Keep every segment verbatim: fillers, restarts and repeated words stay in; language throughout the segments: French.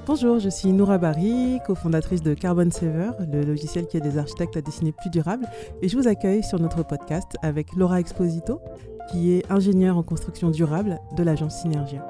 Bonjour, je suis Noura Bari, cofondatrice de Carbon Saver, le logiciel qui aide les architectes à dessiner plus durable. Et je vous accueille sur notre podcast avec Laura Exposito, qui est ingénieure en construction durable de l'agence Synergia.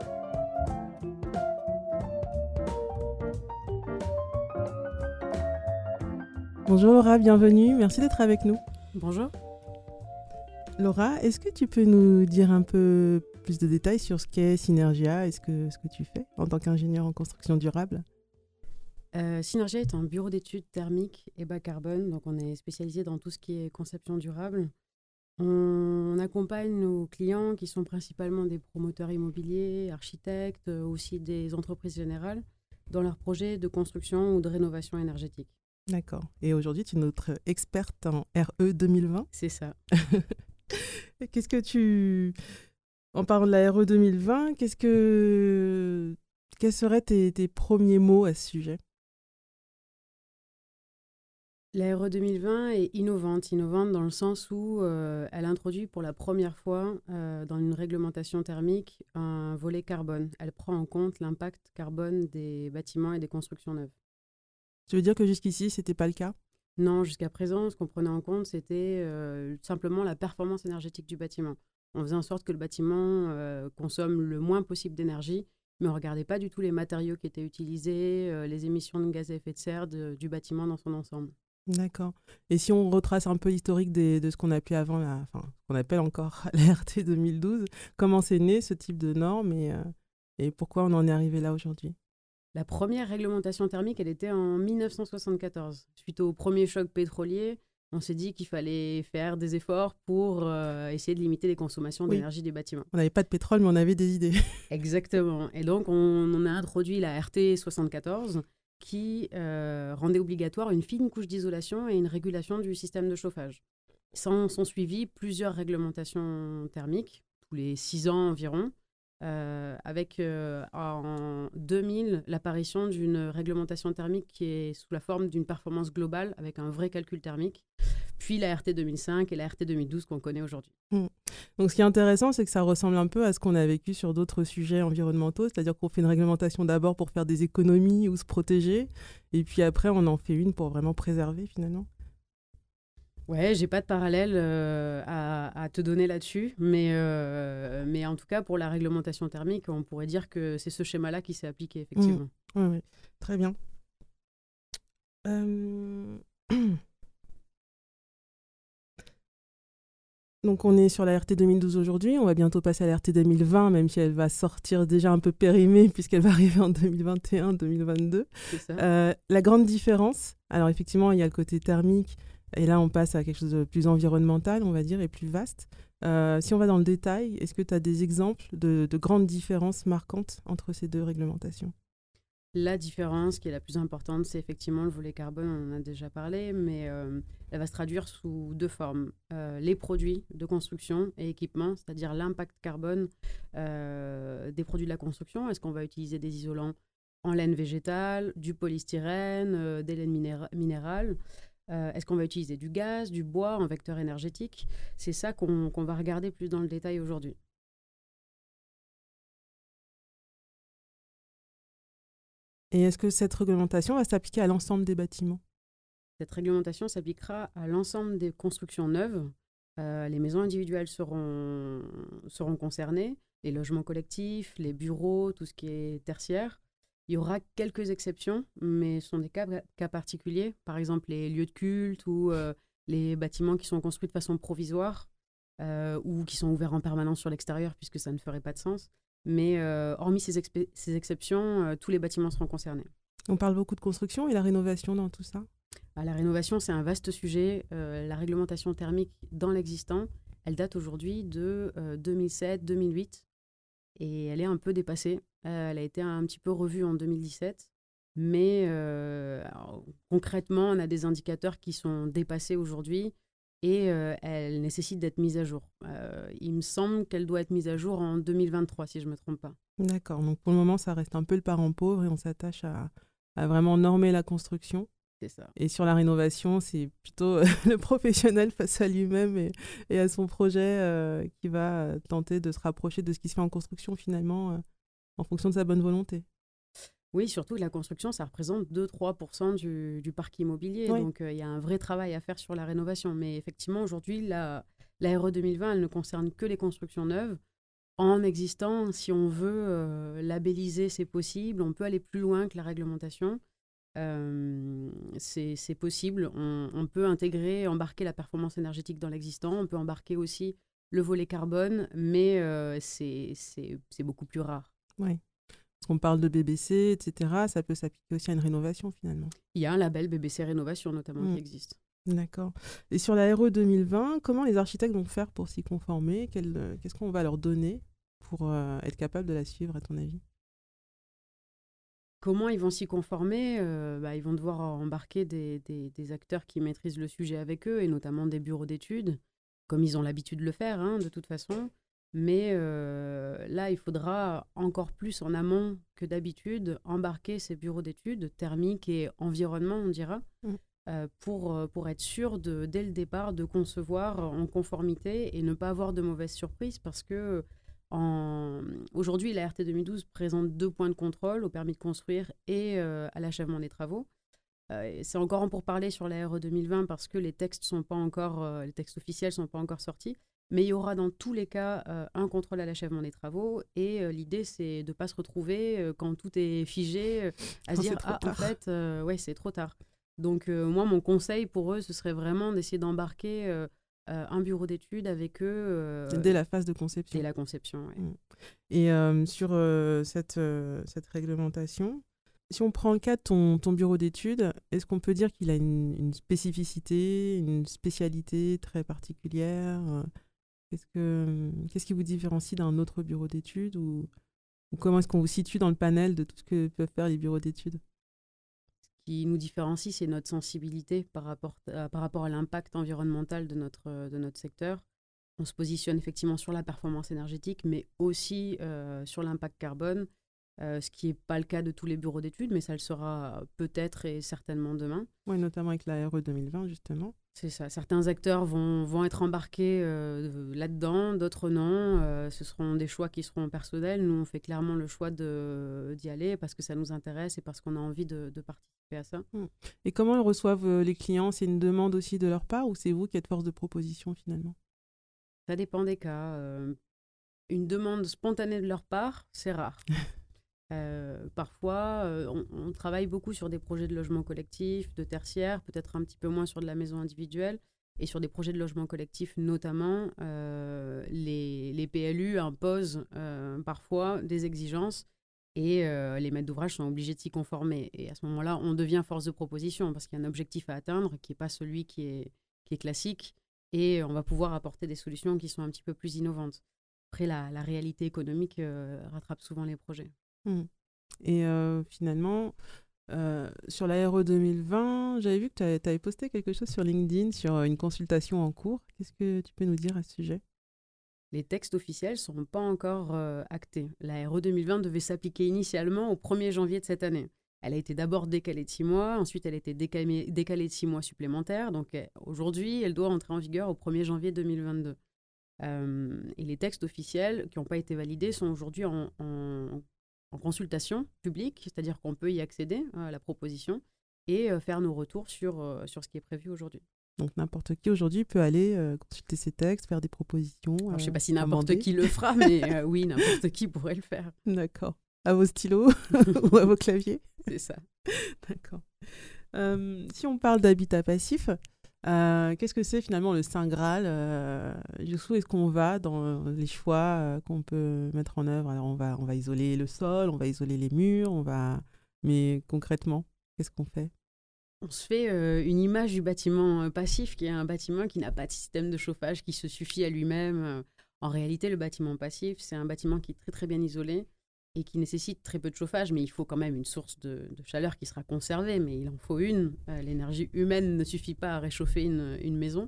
Bonjour Laura, bienvenue, merci d'être avec nous. Bonjour. Laura, est-ce que tu peux nous dire un peu plus de détails sur ce qu'est Synergia et ce que, ce que tu fais en tant qu'ingénieur en construction durable ? euh, Synergia est un bureau d'études thermiques et bas carbone, donc on est spécialisé dans tout ce qui est conception durable. On, on accompagne nos clients qui sont principalement des promoteurs immobiliers, architectes, aussi des entreprises générales, dans leurs projets de construction ou de rénovation énergétique. D'accord. Et aujourd'hui, tu es notre experte en R E deux mille vingt. C'est ça. Qu'est-ce que tu... En parlant de la R E deux mille vingt, qu'est-ce que... quels seraient tes, tes premiers mots à ce sujet ? La R E deux mille vingt est innovante, innovante dans le sens où euh, elle introduit pour la première fois euh, dans une réglementation thermique un volet carbone. Elle prend en compte l'impact carbone des bâtiments et des constructions neuves. Tu veux dire que jusqu'ici, ce n'était pas le cas ? Non, jusqu'à présent, ce qu'on prenait en compte, c'était euh, simplement la performance énergétique du bâtiment. On faisait en sorte que le bâtiment euh, consomme le moins possible d'énergie, mais on ne regardait pas du tout les matériaux qui étaient utilisés, euh, les émissions de gaz à effet de serre de, du bâtiment dans son ensemble. D'accord. Et si on retrace un peu l'historique des, de ce qu'on appelait avant, la, enfin, ce qu'on appelle encore la R T deux mille douze, comment c'est né ce type de norme et, euh, et pourquoi on en est arrivé là aujourd'hui ? La première réglementation thermique, elle était en mille neuf cent soixante-quatorze. Suite au premier choc pétrolier, on s'est dit qu'il fallait faire des efforts pour euh, essayer de limiter les consommations Oui. d'énergie des bâtiments. On n'avait pas de pétrole, mais on avait des idées. Exactement. Et donc, on, on a introduit la R T soixante-quatorze qui euh, rendait obligatoire une fine couche d'isolation et une régulation du système de chauffage. S'en sont suivies plusieurs réglementations thermiques, tous les six ans environ, Euh, avec euh, en deux mille l'apparition d'une réglementation thermique qui est sous la forme d'une performance globale avec un vrai calcul thermique, puis la R T deux mille cinq et la R T deux mille douze qu'on connaît aujourd'hui. Mmh. Donc ce qui est intéressant, c'est que ça ressemble un peu à ce qu'on a vécu sur d'autres sujets environnementaux, c'est-à-dire qu'on fait une réglementation d'abord pour faire des économies ou se protéger, et puis après on en fait une pour vraiment préserver finalement. Ouais, j'ai pas de parallèle euh, à, à te donner là-dessus, mais, euh, mais en tout cas, pour la réglementation thermique, on pourrait dire que c'est ce schéma-là qui s'est appliqué, effectivement. Mmh. Oui, oui. Très bien. Euh... Donc on est sur la R T deux mille douze aujourd'hui, on va bientôt passer à la R T deux mille vingt, même si elle va sortir déjà un peu périmée, puisqu'elle va arriver en deux mille vingt et un deux mille vingt-deux. C'est ça. Euh, la grande différence, alors effectivement, il y a le côté thermique, et là, on passe à quelque chose de plus environnemental, on va dire, et plus vaste. Euh, si on va dans le détail, est-ce que tu as des exemples de, de grandes différences marquantes entre ces deux réglementations ? La différence qui est la plus importante, c'est effectivement le volet carbone, on en a déjà parlé, mais euh, elle va se traduire sous deux formes. Euh, les produits de construction et équipements, c'est-à-dire l'impact carbone euh, des produits de la construction. Est-ce qu'on va utiliser des isolants en laine végétale, du polystyrène, euh, des laines minéra- minérales ? Euh, est-ce qu'on va utiliser du gaz, du bois en vecteur énergétique ? C'est ça qu'on, qu'on va regarder plus dans le détail aujourd'hui. Et est-ce que cette réglementation va s'appliquer à l'ensemble des bâtiments ? Cette réglementation s'appliquera à l'ensemble des constructions neuves. Euh, les maisons individuelles seront, seront concernées, les logements collectifs, les bureaux, tout ce qui est tertiaire. Il y aura quelques exceptions, mais ce sont des cas, cas particuliers. Par exemple, les lieux de culte ou euh, les bâtiments qui sont construits de façon provisoire euh, ou qui sont ouverts en permanence sur l'extérieur, puisque ça ne ferait pas de sens. Mais euh, hormis ces, exp- ces exceptions, euh, tous les bâtiments seront concernés. On parle beaucoup de construction et la rénovation dans tout ça ? Ah, la rénovation, c'est un vaste sujet. Euh, la réglementation thermique dans l'existant, elle date aujourd'hui de euh, deux mille sept deux mille huit et elle est un peu dépassée. Euh, elle a été un petit peu revue en deux mille dix-sept, mais euh, alors, concrètement, on a des indicateurs qui sont dépassés aujourd'hui et euh, elle nécessite d'être mise à jour. Euh, il me semble qu'elle doit être mise à jour en deux mille vingt-trois, si je ne me trompe pas. D'accord, donc pour le moment, ça reste un peu le parent pauvre et on s'attache à, à vraiment normer la construction. C'est ça. Et sur la rénovation, c'est plutôt euh, le professionnel face à lui-même et, et à son projet euh, qui va euh, tenter de se rapprocher de ce qui se fait en construction finalement euh, en fonction de sa bonne volonté. Oui, surtout que la construction, ça représente deux à trois pour cent du, du parc immobilier. Oui. Donc, euh, il y a un vrai travail à faire sur la rénovation. Mais effectivement, aujourd'hui, la, la R E deux mille vingt, elle ne concerne que les constructions neuves. En existant, si on veut euh, labelliser, c'est possible. On peut aller plus loin que la réglementation. Euh, c'est c'est possible. On, on peut intégrer, embarquer la performance énergétique dans l'existant. On peut embarquer aussi le volet carbone, mais euh, c'est c'est- c'est beaucoup plus rare. Oui. Parce qu'on parle de B B C, et cetera. Ça peut s'appliquer aussi à une rénovation finalement. Il y a un label B B C Rénovation notamment Mm. qui existe. D'accord. Et sur la R E deux mille vingt, comment les architectes vont faire pour s'y conformer? Quel, euh, Qu'est-ce qu'on va leur donner pour euh, être capable de la suivre, à ton avis? Comment ils vont s'y conformer? Euh, bah, ils vont devoir embarquer des, des- des acteurs qui maîtrisent le sujet avec eux, et notamment des bureaux d'études, comme ils ont l'habitude de le faire, hein, de toute façon. Mais euh, là, il faudra encore plus en amont que d'habitude embarquer ces bureaux d'études, thermique et environnement, on dira, Mm. euh, pour, euh, pour être sûr, de, dès le départ, de concevoir en conformité et ne pas avoir de mauvaises surprises, parce que en... aujourd'hui, la R T deux mille douze présente deux points de contrôle, au permis de construire et euh, à l'achèvement des travaux. Euh, c'est encore en pourparlers sur la R E deux mille vingt parce que les textes sont pas encore, euh, les textes officiels sont pas encore sortis. Mais il y aura dans tous les cas euh, un contrôle à l'achèvement des travaux, et euh, l'idée c'est de ne pas se retrouver euh, quand tout est figé, euh, à Quand se c'est dire trop ah en tard. fait euh, ouais c'est trop tard. Donc euh, moi mon conseil pour eux ce serait vraiment d'essayer d'embarquer euh, euh, un bureau d'études avec eux euh, Dès la phase de dès conception. la conception. Ouais. Mm. Et euh, sur euh, cette, euh, cette réglementation, si on prend le cas de ton, ton bureau d'études, est-ce qu'on peut dire qu'il a une, une spécificité, une spécialité très particulière? euh, Qu'est-ce que, qu'est-ce qui vous différencie d'un autre bureau d'études, ou, ou comment est-ce qu'on vous situe dans le panel de tout ce que peuvent faire les bureaux d'études? Qui nous différencie, c'est notre sensibilité par rapport à, par rapport à l'impact environnemental de notre, de notre secteur. On se positionne effectivement sur la performance énergétique, mais aussi euh, sur l'impact carbone, euh, ce qui n'est pas le cas de tous les bureaux d'études, mais ça le sera peut-être et certainement demain. Oui, notamment avec la R E deux mille vingt, justement. C'est ça. Certains acteurs vont, vont être embarqués euh, là-dedans, d'autres non. Euh, ce seront des choix qui seront personnels. Nous, on fait clairement le choix de, d'y aller parce que ça nous intéresse et parce qu'on a envie de, de participer à ça. Mm. Et comment ils reçoivent euh, les clients? C'est une demande aussi de leur part, ou c'est vous qui êtes force de proposition finalement? Ça dépend des cas. Euh, une demande spontanée de leur part, c'est rare. Euh, parfois, euh, on, on travaille beaucoup sur des projets de logement collectif, de tertiaire, peut-être un petit peu moins sur de la maison individuelle. Et sur des projets de logement collectif, notamment, euh, les, les P L U imposent euh, parfois des exigences, et euh, les maîtres d'ouvrage sont obligés de s'y conformer. Et à ce moment-là, on devient force de proposition parce qu'il y a un objectif à atteindre qui n'est pas celui qui est, qui est classique, et on va pouvoir apporter des solutions qui sont un petit peu plus innovantes. Après, la, la réalité économique euh, rattrape souvent les projets. Mm. Et euh, finalement, euh, sur la R E deux mille vingt, j'avais vu que tu avais posté quelque chose sur LinkedIn sur euh, une consultation en cours. Qu'est-ce que tu peux nous dire à ce sujet? Les textes officiels ne sont pas encore euh, actés. La R E deux mille vingt devait s'appliquer initialement au premier janvier de cette année. Elle a été d'abord décalée de six mois, ensuite elle a été décalée, décalée de six mois supplémentaires. Donc euh, aujourd'hui, elle doit entrer en vigueur au premier janvier deux mille vingt-deux. Euh, et les textes officiels qui n'ont pas été validés sont aujourd'hui en, en, en consultation publique, c'est-à-dire qu'on peut y accéder à la proposition et euh, faire nos retours sur, euh, sur ce qui est prévu aujourd'hui. Donc n'importe qui aujourd'hui peut aller euh, consulter ces textes, faire des propositions. Alors, je ne sais euh, pas si n'importe amender. qui le fera, mais euh, oui, n'importe qui pourrait le faire. D'accord. À vos stylos ou à vos claviers. C'est ça. D'accord. Euh, si on parle d'habitat passif, euh, qu'est-ce que c'est finalement le Saint Graal? euh, Jusqu'où est-ce qu'on va dans les choix euh, qu'on peut mettre en œuvre? Alors on va, on va isoler le sol, on va isoler les murs, on va... mais concrètement, qu'est-ce qu'on fait? On se fait euh, une image du bâtiment euh, passif, qui est un bâtiment qui n'a pas de système de chauffage, qui se suffit à lui-même. En réalité, le bâtiment passif, c'est un bâtiment qui est très très bien isolé et qui nécessite très peu de chauffage, mais il faut quand même une source de, de chaleur qui sera conservée, mais il en faut une. Euh, l'énergie humaine ne suffit pas à réchauffer une, une maison.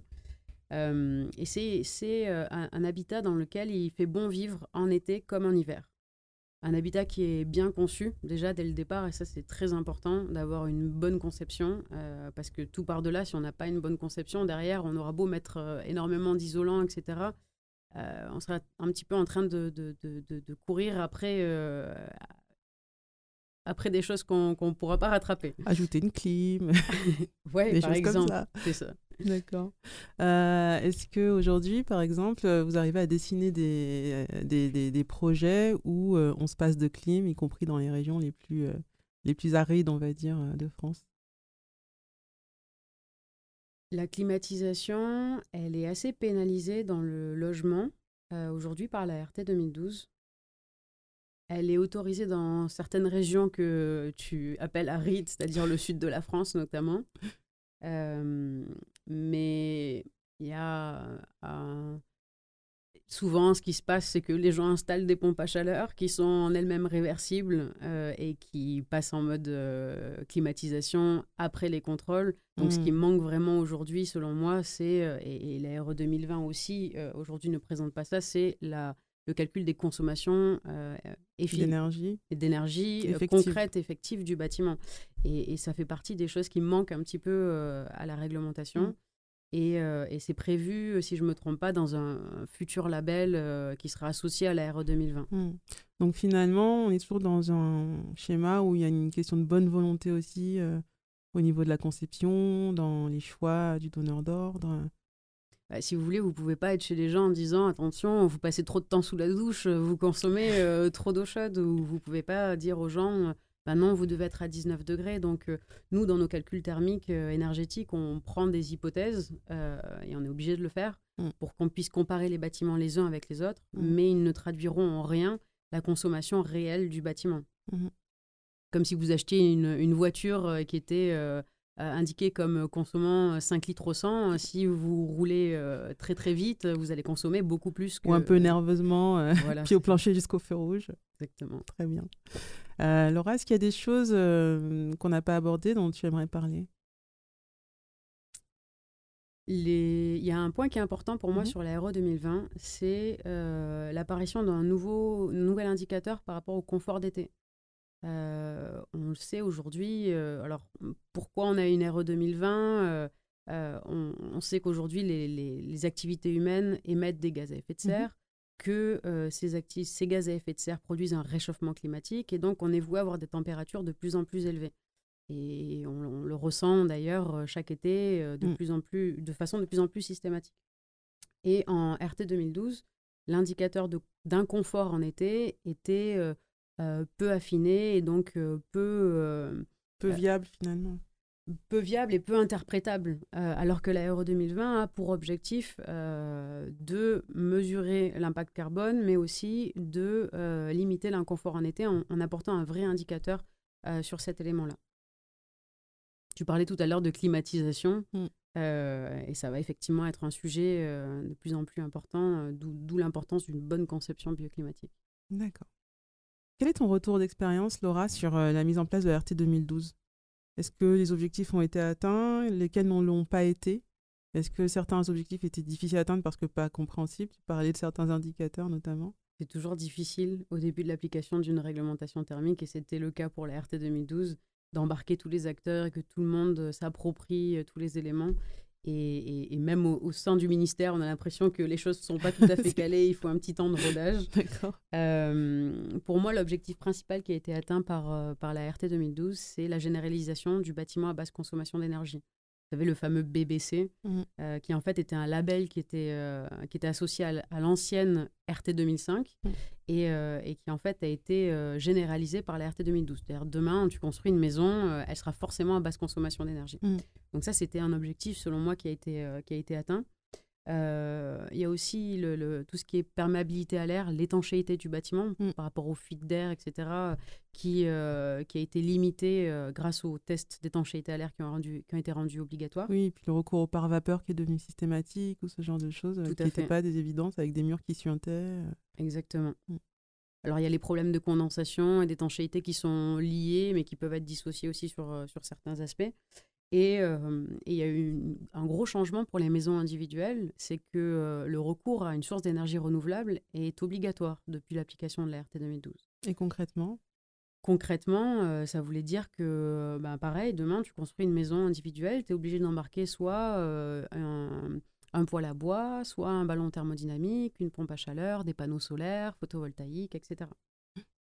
Euh, et c'est, c'est euh, un, un habitat dans lequel il fait bon vivre en été comme en hiver. Un habitat qui est bien conçu déjà dès le départ, et ça c'est très important d'avoir une bonne conception, euh, parce que tout par-delà, si on n'a pas une bonne conception, derrière on aura beau mettre euh, énormément d'isolants, et cetera, euh, on sera un petit peu en train de, de, de, de, de courir après, euh, après des choses qu'on ne pourra pas rattraper. Ajouter une clim, ouais, des par choses exemple, comme ça. C'est ça. D'accord. Euh, est-ce qu'aujourd'hui, par exemple, vous arrivez à dessiner des, des, des, des projets où euh, on se passe de clim, y compris dans les régions les plus, euh, les plus arides, on va dire, de France? La climatisation, elle est assez pénalisée dans le logement euh, aujourd'hui par la R T deux mille douze. Elle est autorisée dans certaines régions que tu appelles arides, c'est-à-dire le sud de la France notamment. Euh, mais il y a un... souvent ce qui se passe, c'est que les gens installent des pompes à chaleur qui sont en elles-mêmes réversibles euh, et qui passent en mode euh, climatisation après les contrôles. Donc mmh. ce qui manque vraiment aujourd'hui, selon moi, c'est, euh, et, et la R E deux mille vingt aussi, euh, aujourd'hui ne présente pas ça, c'est la, le calcul des consommations euh, effi- d'énergie, d'énergie euh, concrète, effective du bâtiment. Et, et ça fait partie des choses qui manquent un petit peu euh, à la réglementation. Mmh. Et, euh, et c'est prévu, si je ne me trompe pas, dans un futur label euh, qui sera associé à la R E deux mille vingt. Mmh. Donc finalement, on est toujours dans un schéma où il y a une question de bonne volonté aussi euh, au niveau de la conception, dans les choix du donneur d'ordre. Bah, si vous voulez, vous ne pouvez pas être chez les gens en disant « Attention, vous passez trop de temps sous la douche, vous consommez euh, trop d'eau chaude » ou vous ne pouvez pas dire aux gens bah « Non, vous devez être à dix-neuf degrés ». Donc euh, nous, dans nos calculs thermiques euh, énergétiques, on prend des hypothèses euh, et on est obligé de le faire mmh. pour qu'on puisse comparer les bâtiments les uns avec les autres, mmh. mais ils ne traduiront en rien la consommation réelle du bâtiment. Mmh. Comme si vous achetiez une, une voiture euh, qui était... Euh, Euh, indiqué comme consommant cinq litres au cent. Si vous roulez euh, très très vite, vous allez consommer beaucoup plus que... Ou un peu nerveusement, euh, voilà, pied au plancher jusqu'au feu rouge. Exactement. Très bien. Euh, Laura, est-ce qu'il y a des choses euh, qu'on n'a pas abordées dont tu aimerais parler? Les... Il y a un point qui est important pour moi mmh. sur la R E deux mille vingt, c'est euh, l'apparition d'un nouveau, nouvel indicateur par rapport au confort d'été. Euh, on le sait aujourd'hui. Euh, alors, pourquoi on a une R E deux mille vingt euh, euh, on, on sait qu'aujourd'hui, les, les, les activités humaines émettent des gaz à effet de serre, mmh. que euh, ces, acti- ces gaz à effet de serre produisent un réchauffement climatique, et donc on est voué à avoir des températures de plus en plus élevées. Et on, on le ressent d'ailleurs chaque été euh, de, mmh. plus en plus, de façon de plus en plus systématique. Et en R T deux mille douze, l'indicateur de, d'inconfort en été était... Euh, Euh, peu affiné et donc euh, peu... Euh, peu viable euh, finalement. Peu viable et peu interprétable, euh, alors que la R E deux mille vingt a pour objectif euh, de mesurer l'impact carbone, mais aussi de euh, limiter l'inconfort en été en, en apportant un vrai indicateur euh, sur cet élément-là. Tu parlais tout à l'heure de climatisation, mm. euh, et ça va effectivement être un sujet euh, de plus en plus important, euh, d'où, d'où l'importance d'une bonne conception bioclimatique. D'accord. Quel est ton retour d'expérience, Laura, sur euh, la mise en place de la R T deux mille douze? Est-ce que les objectifs ont été atteints? Lesquels ne l'ont pas été? Est-ce que certains objectifs étaient difficiles à atteindre parce que pas compréhensibles? Tu parlais de certains indicateurs notamment. C'est toujours difficile au début de l'application d'une réglementation thermique, et c'était le cas pour la R T deux mille douze, d'embarquer tous les acteurs et que tout le monde s'approprie tous les éléments. Et, et, et même au, au sein du ministère, on a l'impression que les choses ne sont pas tout à fait calées, il faut un petit temps de rodage. D'accord. Euh, pour moi, l'objectif principal qui a été atteint par, euh, par la R T deux mille douze, c'est la généralisation du bâtiment à basse consommation d'énergie. Vous savez, le fameux B B C, mmh. euh, qui en fait était un label qui était, euh, qui était associé à, à l'ancienne R T deux mille cinq mmh. et, euh, et qui en fait a été euh, généralisé par la R T deux mille douze. C'est-à-dire demain, tu construis une maison, euh, elle sera forcément à basse consommation d'énergie. Mmh. Donc ça, c'était un objectif selon moi qui a été, euh, qui a été atteint. Euh, il y a aussi le, le, tout ce qui est perméabilité à l'air, l'étanchéité du bâtiment mmh. par rapport aux fuites d'air, et cetera, qui, euh, qui a été limité euh, grâce aux tests d'étanchéité à l'air qui ont, rendu, qui ont été rendus obligatoires. Oui, et puis le recours au pare-vapeur qui est devenu systématique ou ce genre de choses euh, qui n'étaient pas des évidences avec des murs qui suintaient. Euh. Exactement. Mmh. Alors, il y a les problèmes de condensation et d'étanchéité qui sont liés, mais qui peuvent être dissociés aussi sur, euh, sur certains aspects. Et il euh, y a eu une, un gros changement pour les maisons individuelles, c'est que euh, le recours à une source d'énergie renouvelable est obligatoire depuis l'application de la R T deux mille douze. Et concrètement? Concrètement, euh, ça voulait dire que, ben, pareil, demain, tu construis une maison individuelle, tu es obligé d'embarquer soit euh, un, un poêle à bois, soit un ballon thermodynamique, une pompe à chaleur, des panneaux solaires, photovoltaïques, et cetera.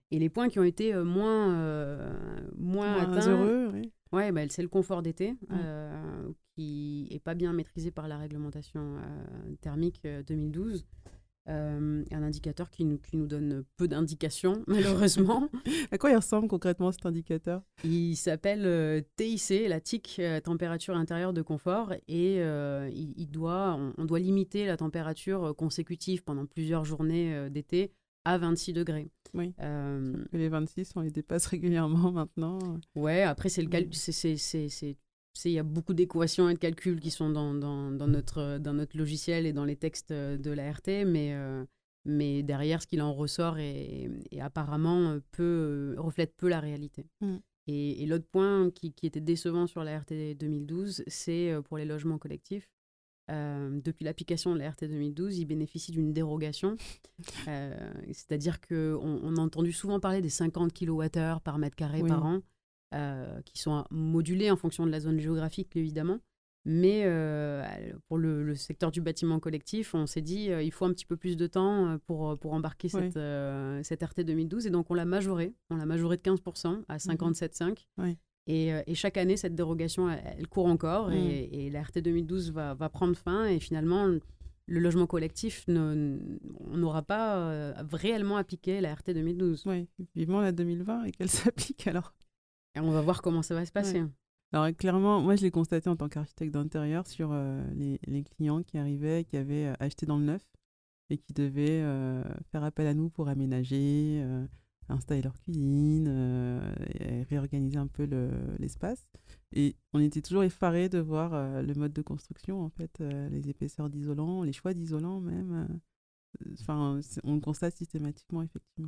Et les points qui ont été euh, moins, euh, moins, moins atteints, heureux, oui. ouais, bah, c'est le confort d'été, Mmh. euh, qui n'est pas bien maîtrisé par la réglementation euh, thermique euh, deux mille douze. Euh, un indicateur qui nous, qui nous donne peu d'indications, malheureusement. À quoi il ressemble concrètement cet indicateur? Il s'appelle euh, T I C, la T I C, euh, température intérieure de confort, et euh, il, il doit, on, on doit limiter la température consécutive pendant plusieurs journées euh, d'été à vingt-six degrés. Oui. Euh, Et les vingt-six, on les dépasse régulièrement maintenant. ouais, après, c'est le cal- Mmh. c'est, c'est, c'est, c'est, c'est- il y a beaucoup d'équations et de calculs qui sont dans, dans, dans, notre, dans notre logiciel et dans les textes de la R T, mais, euh, mais derrière, ce qu'il en ressort est, est apparemment peu, reflète peu la réalité. Mmh. Et, et l'autre point qui, qui était décevant sur la R T deux mille douze, c'est euh, pour les logements collectifs. Euh, depuis l'application de la R T deux mille douze, ils bénéficient d'une dérogation. Euh, c'est-à-dire qu'on on a entendu souvent parler des cinquante kilowattheures par mètre carré Oui. par an, euh, qui sont modulés en fonction de la zone géographique, évidemment. Mais euh, pour le, le secteur du bâtiment collectif, on s'est dit qu'il euh, faut un petit peu plus de temps pour, pour embarquer Oui. cette, euh, cette R T deux mille douze. Et donc, on l'a majoré. On l'a majoré de quinze pour cent à cinquante-sept virgule cinq. Oui. Et, et chaque année, cette dérogation, elle, elle court encore. Mm. Et, et la R T deux mille douze va, va prendre fin. Et finalement, le logement collectif, ne, on n'aura pas euh, réellement appliqué la R T deux mille douze. Oui, vivement la deux mille vingt et qu'elle s'applique alors. Et on va voir comment ça va se passer. Ouais. Alors clairement, moi je l'ai constaté en tant qu'architecte d'intérieur sur euh, les, les clients qui arrivaient, qui avaient euh, acheté dans le neuf et qui devaient euh, faire appel à nous pour aménager, euh, installer leur cuisine, euh, et réorganiser un peu le, l'espace. Et on était toujours effarés de voir euh, le mode de construction, en fait, euh, les épaisseurs d'isolants, les choix d'isolants même. Enfin, euh, on le constate systématiquement, effectivement.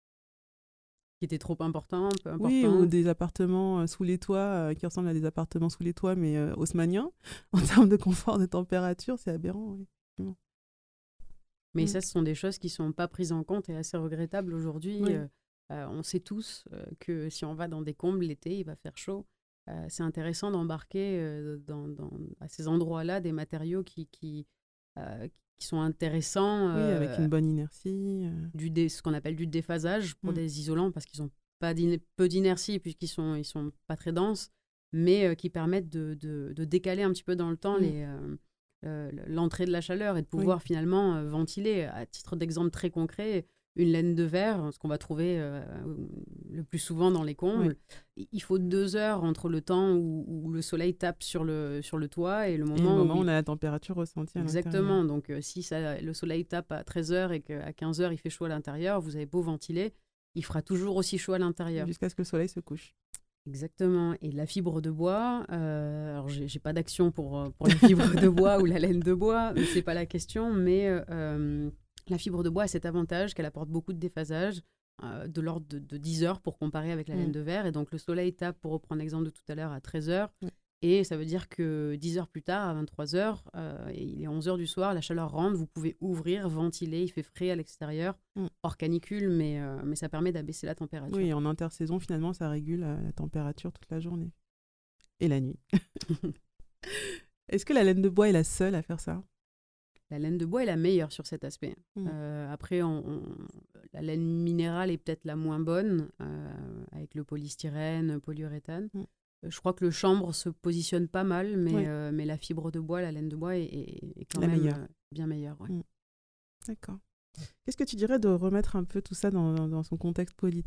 Qui était trop important, peu important. Oui, ou des appartements euh, sous les toits euh, qui ressemblent à des appartements sous les toits, mais euh, haussmanniens. En termes de confort, de température, c'est aberrant. Oui. Mais mm. ça, ce sont des choses qui ne sont pas prises en compte et assez regrettables aujourd'hui. Oui. Euh, euh, on sait tous euh, que si on va dans des combles l'été, il va faire chaud. Euh, c'est intéressant d'embarquer euh, dans, dans, à ces endroits-là des matériaux qui, qui, euh, qui sont intéressants. Oui, euh, avec une bonne inertie. Euh... Du dé, ce qu'on appelle du déphasage pour mm. des isolants, parce qu'ils ont pas peu d'inertie puisqu'ils sont, ils sont pas très denses, mais euh, qui permettent de, de, de décaler un petit peu dans le temps mm. les, euh, euh, l'entrée de la chaleur et de pouvoir oui. finalement euh, ventiler. À titre d'exemple très concret, une laine de verre, ce qu'on va trouver euh, le plus souvent dans les combles, oui. il faut deux heures entre le temps où, où le soleil tape sur le, sur le toit et le moment, et le moment où, où on a la température ressentie à exactement. Donc, euh, si ça, le soleil tape à treize heures et qu'à quinze heures, il fait chaud à l'intérieur, vous avez beau ventiler, il fera toujours aussi chaud à l'intérieur. Jusqu'à ce que le soleil se couche. Exactement. Et la fibre de bois, euh, alors j'ai, j'ai pas d'action pour, pour la fibre de bois ou la laine de bois, mais c'est pas la question, mais euh, la fibre de bois a cet avantage qu'elle apporte beaucoup de déphasage, euh, de l'ordre de, de dix heures pour comparer avec la mmh. laine de verre. Et donc, le soleil tape, pour reprendre l'exemple de tout à l'heure, à treize heures. Mmh. Et ça veut dire que dix heures plus tard, à vingt-trois heures, euh, et il est onze heures du soir, la chaleur rentre, vous pouvez ouvrir, ventiler, il fait frais à l'extérieur, mmh. hors canicule, mais, euh, mais ça permet d'abaisser la température. Oui, en intersaison, finalement, ça régule la, la température toute la journée. Et la nuit. Est-ce que la laine de bois est la seule à faire ça ? La laine de bois est la meilleure sur cet aspect. Mmh. Euh, après, on, on, la laine minérale est peut-être la moins bonne, euh, avec le polystyrène, polyuréthane. Mmh. Je crois que le chanvre se positionne pas mal, mais, oui. euh, mais la fibre de bois, la laine de bois est, est, est quand la même meilleure. Euh, bien meilleure. Ouais. Mmh. D'accord. Qu'est-ce que tu dirais de remettre un peu tout ça dans, dans, dans son contexte politique ?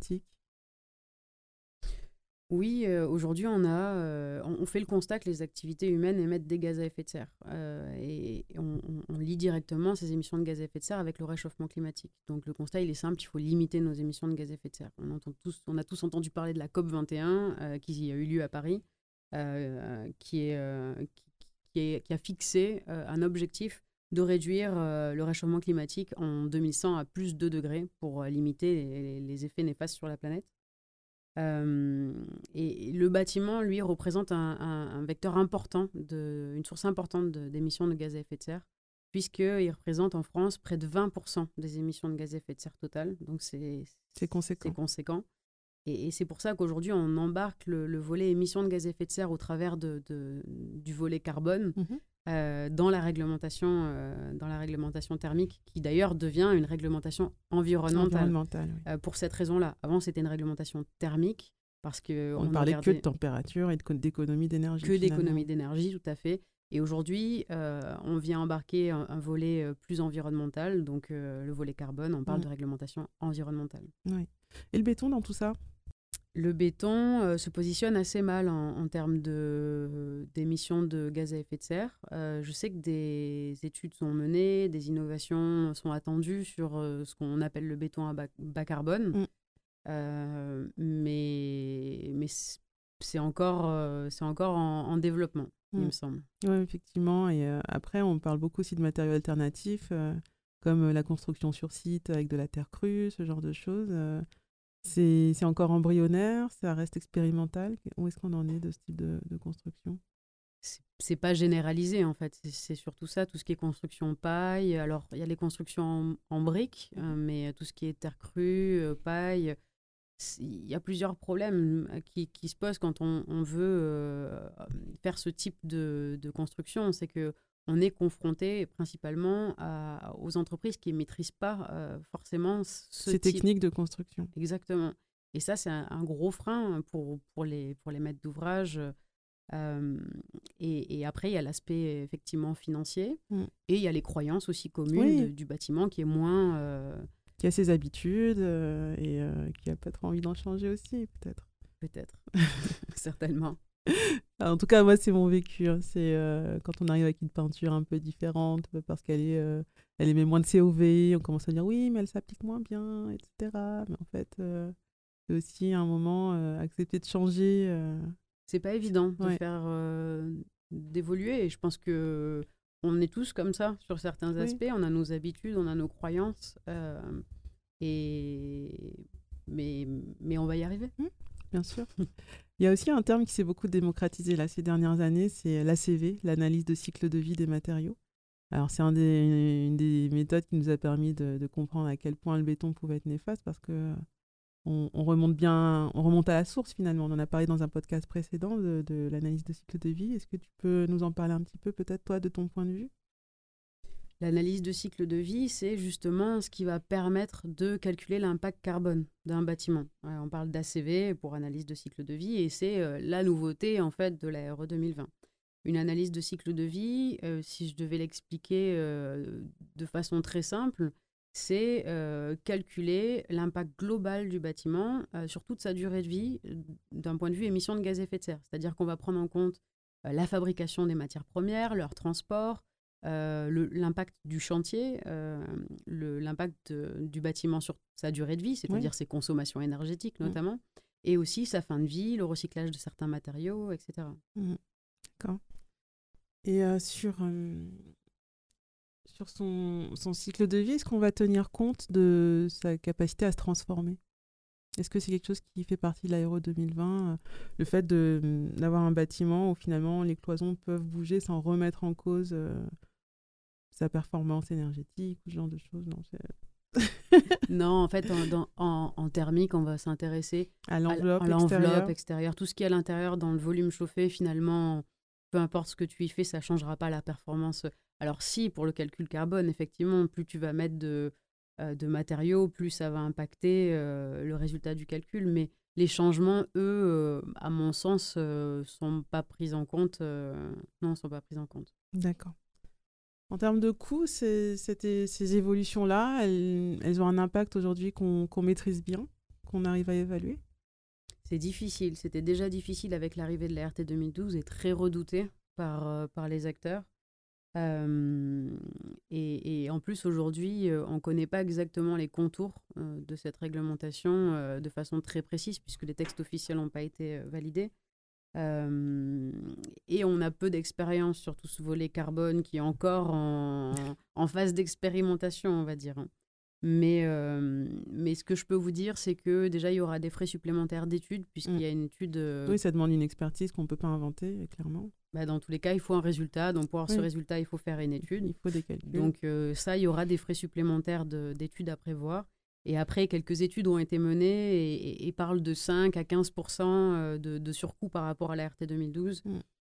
Oui, euh, aujourd'hui, on, a, euh, on, on fait le constat que les activités humaines émettent des gaz à effet de serre. Euh, et on, on, on lie directement ces émissions de gaz à effet de serre avec le réchauffement climatique. Donc le constat, il est simple, il faut limiter nos émissions de gaz à effet de serre. On, entend tous, on a tous entendu parler de la COP vingt et un euh, qui a eu lieu à Paris, euh, qui, est, euh, qui, qui, est, qui a fixé euh, un objectif de réduire euh, le réchauffement climatique en deux mille cent à plus deux degrés pour euh, limiter les, les effets néfastes sur la planète. Euh, et le bâtiment, lui, représente un, un, un vecteur important, de, une source importante de, d'émissions de gaz à effet de serre, puisqu'il représente en France près de vingt pour cent des émissions de gaz à effet de serre totales. Donc, c'est, c'est conséquent. C'est conséquent. Et, et c'est pour ça qu'aujourd'hui, on embarque le, le volet émissions de gaz à effet de serre au travers de, de, du volet carbone. Mm-hmm. euh, dans, la réglementation, euh, dans la réglementation thermique, qui d'ailleurs devient une réglementation environnementale. Environnementale, oui. euh, pour cette raison-là. Avant, c'était une réglementation thermique, parce que On ne on parlait regardait que de température et de co- d'économie d'énergie. que finalement. d'économie d'énergie, tout à fait. Et aujourd'hui, euh, on vient embarquer un, un volet euh, plus environnemental, donc euh, le volet carbone, on parle Mm. de réglementation environnementale. Oui. Et le béton dans tout ça? Le béton euh, se positionne assez mal en, en termes de, d'émissions de gaz à effet de serre. Euh, je sais que des études sont menées, des innovations sont attendues sur euh, ce qu'on appelle le béton à bas, bas carbone, Mm. euh, mais, mais c- c'est encore, euh, c'est encore en, en développement, il Mm. me semble. Oui, effectivement. Et euh, après, on parle beaucoup aussi de matériaux alternatifs, euh, comme euh, la construction sur site avec de la terre crue, ce genre de choses. Euh, c'est, c'est encore embryonnaire, ça reste expérimental. Où est-ce qu'on en est de ce type de, de construction? C'est c'est pas généralisé en fait, c'est c'est surtout ça, tout ce qui est construction paille. Alors il y a les constructions en, en briques, euh, mais tout ce qui est terre crue, euh, paille, c'est- il y a plusieurs problèmes euh, qui, qui se posent quand on, on veut euh, faire ce type de, de construction. C'est que on est confronté principalement à- aux entreprises qui ne maîtrisent pas euh, forcément ce Ces type. techniques de construction. Exactement. Et ça, c'est un, un gros frein pour, pour, les, pour les maîtres d'ouvrage. Euh, et, et après, il y a l'aspect effectivement financier. Mm. Et il y a les croyances aussi communes Oui. de- du bâtiment qui est moins... euh, Qui a ses habitudes euh, et euh, qui a pas trop envie d'en changer aussi, peut-être. peut-être, certainement. Ah, en tout cas, moi, c'est mon vécu. Hein. C'est euh, quand on arrive avec une peinture un peu différente, euh, parce qu'elle est, euh, elle émet moins de C O V, on commence à dire oui, mais elle s'applique moins bien, et cetera. Mais en fait, euh, c'est aussi un moment euh, accepter de changer. euh. C'est pas évident de Ouais. faire... euh, d'évoluer. Et je pense que on est tous comme ça sur certains Oui. aspects. On a nos habitudes, on a nos croyances. euh, et... mais, mais on va y arriver. Bien sûr. Il y a aussi un terme qui s'est beaucoup démocratisé là, ces dernières années, c'est l'A C V, l'analyse de cycle de vie des matériaux. Alors, c'est un des, une des méthodes qui nous a permis de, de comprendre à quel point le béton pouvait être néfaste parce que on, on remonte bien, on remonte à la source finalement. On en a parlé dans un podcast précédent de, de l'analyse de cycle de vie. Est-ce que tu peux nous en parler un petit peu, peut-être toi, de ton point de vue? L'analyse de cycle de vie, c'est justement ce qui va permettre de calculer l'impact carbone d'un bâtiment. Ouais, on parle d'A C V pour analyse de cycle de vie et c'est euh, la nouveauté en fait de la R E deux mille vingt. Une analyse de cycle de vie, euh, si je devais l'expliquer euh, de façon très simple, c'est euh, calculer l'impact global du bâtiment euh, sur toute sa durée de vie euh, d'un point de vue émissions de gaz à effet de serre. C'est-à-dire qu'on va prendre en compte euh, la fabrication des matières premières, leur transport, euh, le- l'impact du chantier, euh, le- l'impact de- du bâtiment sur sa durée de vie, c'est-à-dire Oui. ses consommations énergétiques Mm. notamment, et aussi sa fin de vie, le recyclage de certains matériaux, et cetera. Mhm. D'accord. Et euh, sur, euh, sur son, son cycle de vie, est-ce qu'on va tenir compte de sa capacité à se transformer? Est-ce que c'est quelque chose qui fait partie de l'A R E deux mille vingt, euh, le fait de, hum, d'avoir un bâtiment où finalement les cloisons peuvent bouger sans remettre en cause euh, sa performance énergétique ou ce genre de choses? Non, c'est Non, en fait, en, dans- en- en thermique, on va s'intéresser à à l- l'enveloppe à l'enveloppe extérieure. extérieure. Tout ce qui est à l'intérieur, dans le volume chauffé, finalement, peu importe ce que tu y fais, ça ne changera pas la performance. Alors si, pour le calcul carbone, effectivement, plus tu vas mettre de, euh, de matériaux, plus ça va impacter euh, le résultat du calcul. Mais les changements, eux, euh, à mon sens, ne sont pas pris en compte. euh, non, sont pas pris en compte. D'accord. En termes de coûts, ces, c'était- ces évolutions-là, elles, elles ont un impact aujourd'hui qu'on qu'on maîtrise bien, qu'on arrive à évaluer? C'est difficile. C'était déjà difficile avec l'arrivée de la R T deux mille douze et très redouté par, euh, par les acteurs. Euh, et, et en plus, aujourd'hui, euh, on ne connaît pas exactement les contours euh, de cette réglementation euh, de façon très précise, puisque les textes officiels n'ont pas été euh, validés. Euh, et on a peu d'expérience sur tout ce volet carbone qui est encore en, en phase d'expérimentation, on va dire. Mais, euh, mais ce que je peux vous dire, c'est que déjà, il y aura des frais supplémentaires d'études, puisqu'il Mm. y a une étude... euh, Oui, ça demande une expertise qu'on ne peut pas inventer, euh, clairement. bah, dans tous les cas, il faut un résultat. Donc, pour avoir ce Oui. résultat, il faut faire une étude. Il faut des calculs. Donc euh, ça, il y aura des frais supplémentaires de- d'études à prévoir. Et après, quelques études ont été menées et, et- et parlent de cinq à quinze pour cent euh, de, de surcoût par rapport à la R T deux mille douze. Mm.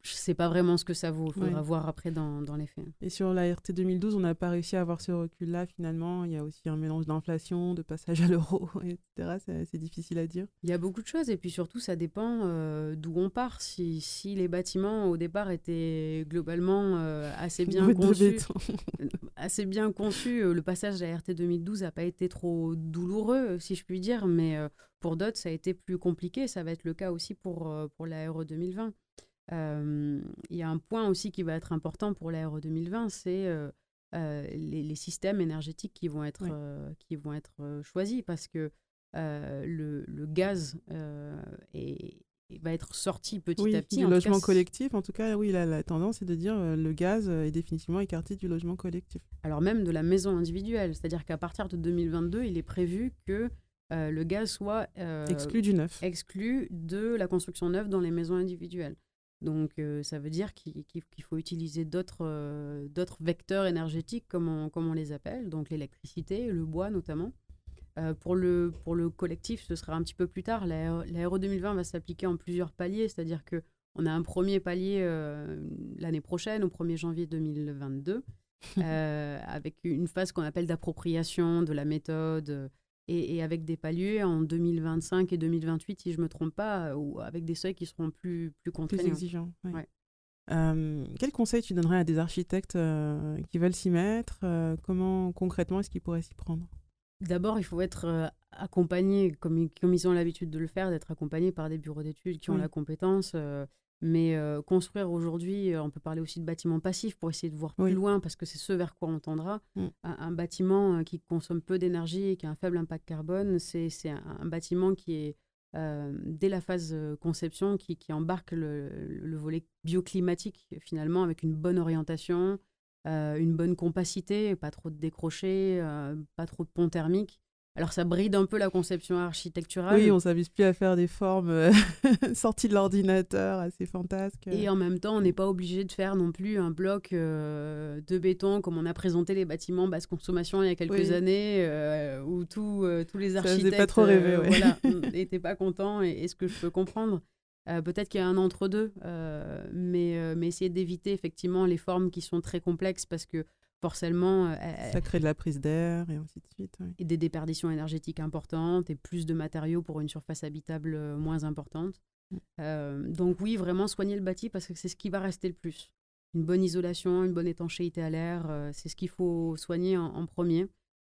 je ne sais pas vraiment ce que ça vaut. Il faudra ouais. voir après dans, dans les faits. Et sur la R T deux mille douze, on n'a pas réussi à avoir ce recul-là finalement. Il y a aussi un mélange d'inflation, de passage à l'euro, et cetera. C'est, c'est difficile à dire. Il y a beaucoup de choses et puis surtout, ça dépend euh, d'où on part. Si, si les bâtiments, au départ, étaient globalement euh, assez bien Brut de conçus, béton. assez bien conçus, euh, le passage à la R T deux mille douze n'a pas été trop douloureux, si je puis dire, mais euh, pour d'autres, ça a été plus compliqué. Ça va être le cas aussi pour, euh, pour la R E deux mille vingt. Il euh, y a un point aussi qui va être important pour la R E deux mille vingt, c'est euh, euh, les, les systèmes énergétiques qui vont être, ouais. euh, qui vont être euh, choisis parce que euh, le, le gaz euh, est, va être sorti petit oui, à petit. Du en logement tout cas, collectif, en tout cas, oui, la, la tendance est de dire euh, le gaz est définitivement écarté du logement collectif. Alors même de la maison individuelle, c'est-à-dire qu'à partir de deux mille vingt-deux, il est prévu que euh, le gaz soit euh, exclu du neuf. Exclu de la construction neuve dans les maisons individuelles. Donc, euh, ça veut dire qu'il, qu'il faut utiliser d'autres, euh, d'autres vecteurs énergétiques, comme on, comme on les appelle, donc l'électricité, le bois notamment. Euh, pour, le, pour le collectif, ce sera un petit peu plus tard. La, la R E deux mille vingt va s'appliquer en plusieurs paliers, c'est-à-dire qu'on a un premier palier euh, l'année prochaine, au premier janvier deux mille vingt-deux, euh, avec une phase qu'on appelle d'appropriation de la méthode, Et, et avec des paliers en deux mille vingt-cinq et deux mille vingt-huit, si je ne me trompe pas, ou avec des seuils qui seront plus, plus contraignants. Plus exigeants, oui. Ouais. Euh, quel conseil tu donnerais à des architectes euh, qui veulent s'y mettre euh, Comment, concrètement, est-ce qu'ils pourraient s'y prendre ? D'abord, il faut être euh, accompagné, comme, comme ils ont l'habitude de le faire, d'être accompagné par des bureaux d'études qui ont oui. la compétence. Euh, mais euh, construire aujourd'hui, euh, on peut parler aussi de bâtiments passifs pour essayer de voir plus oui. loin, parce que c'est ce vers quoi on tendra. Mm. Un, un bâtiment euh, qui consomme peu d'énergie et qui a un faible impact carbone, c'est, c'est un, un bâtiment qui est, euh, dès la phase euh, conception, qui, qui embarque le, le volet bioclimatique, finalement, avec une bonne orientation, euh, une bonne compacité, pas trop de décrochés, euh, pas trop de ponts thermiques. Alors, ça bride un peu la conception architecturale. Oui, on ne s'amuse plus à faire des formes euh, sorties de l'ordinateur, assez fantasques. Et en même temps, on n'est pas obligé de faire non plus un bloc euh, de béton comme on a présenté les bâtiments basse consommation il y a quelques oui. années, euh, où tout, euh, tous les architectes ça faisait pas trop rêver, euh, ouais. voilà, n'étaient pas contents, et, et ce que je peux comprendre. Euh, peut-être qu'il y a un entre-deux, euh, mais, euh, mais essayer d'éviter effectivement les formes qui sont très complexes, parce que forcément... Euh, ça crée de la prise d'air et ainsi de suite. Oui. Et des déperditions énergétiques importantes et plus de matériaux pour une surface habitable euh, moins importante. Mm. Euh, donc oui, vraiment soigner le bâti, parce que c'est ce qui va rester le plus. Une bonne isolation, une bonne étanchéité à l'air, euh, c'est ce qu'il faut soigner en, en premier.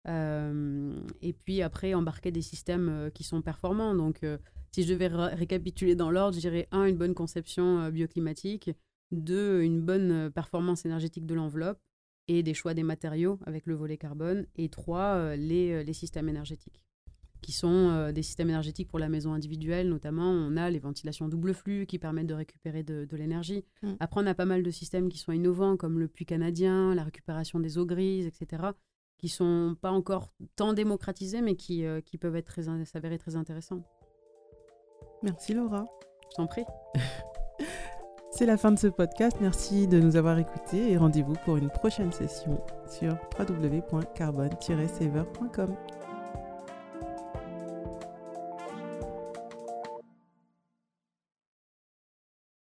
Euh, et puis après, embarquer des systèmes euh, qui sont performants. Donc euh, si je devais ré- récapituler dans l'ordre, je dirais un, une bonne conception euh, bioclimatique, deux, une bonne performance énergétique de l'enveloppe, et des choix des matériaux avec le volet carbone, et trois, euh, les, euh, les systèmes énergétiques, qui sont euh, des systèmes énergétiques pour la maison individuelle, notamment. On a les ventilations double flux qui permettent de récupérer de, de l'énergie. Mmh. Après, on a pas mal de systèmes qui sont innovants, comme le puits canadien, la récupération des eaux grises, et cetera, qui ne sont pas encore tant démocratisés, mais qui, euh, qui peuvent être très, s'avérer très intéressants. Merci Laura. Je t'en prie. C'est la fin de ce podcast. Merci de nous avoir écoutés et rendez-vous pour une prochaine session sur w w w point carbone tiret saver point com.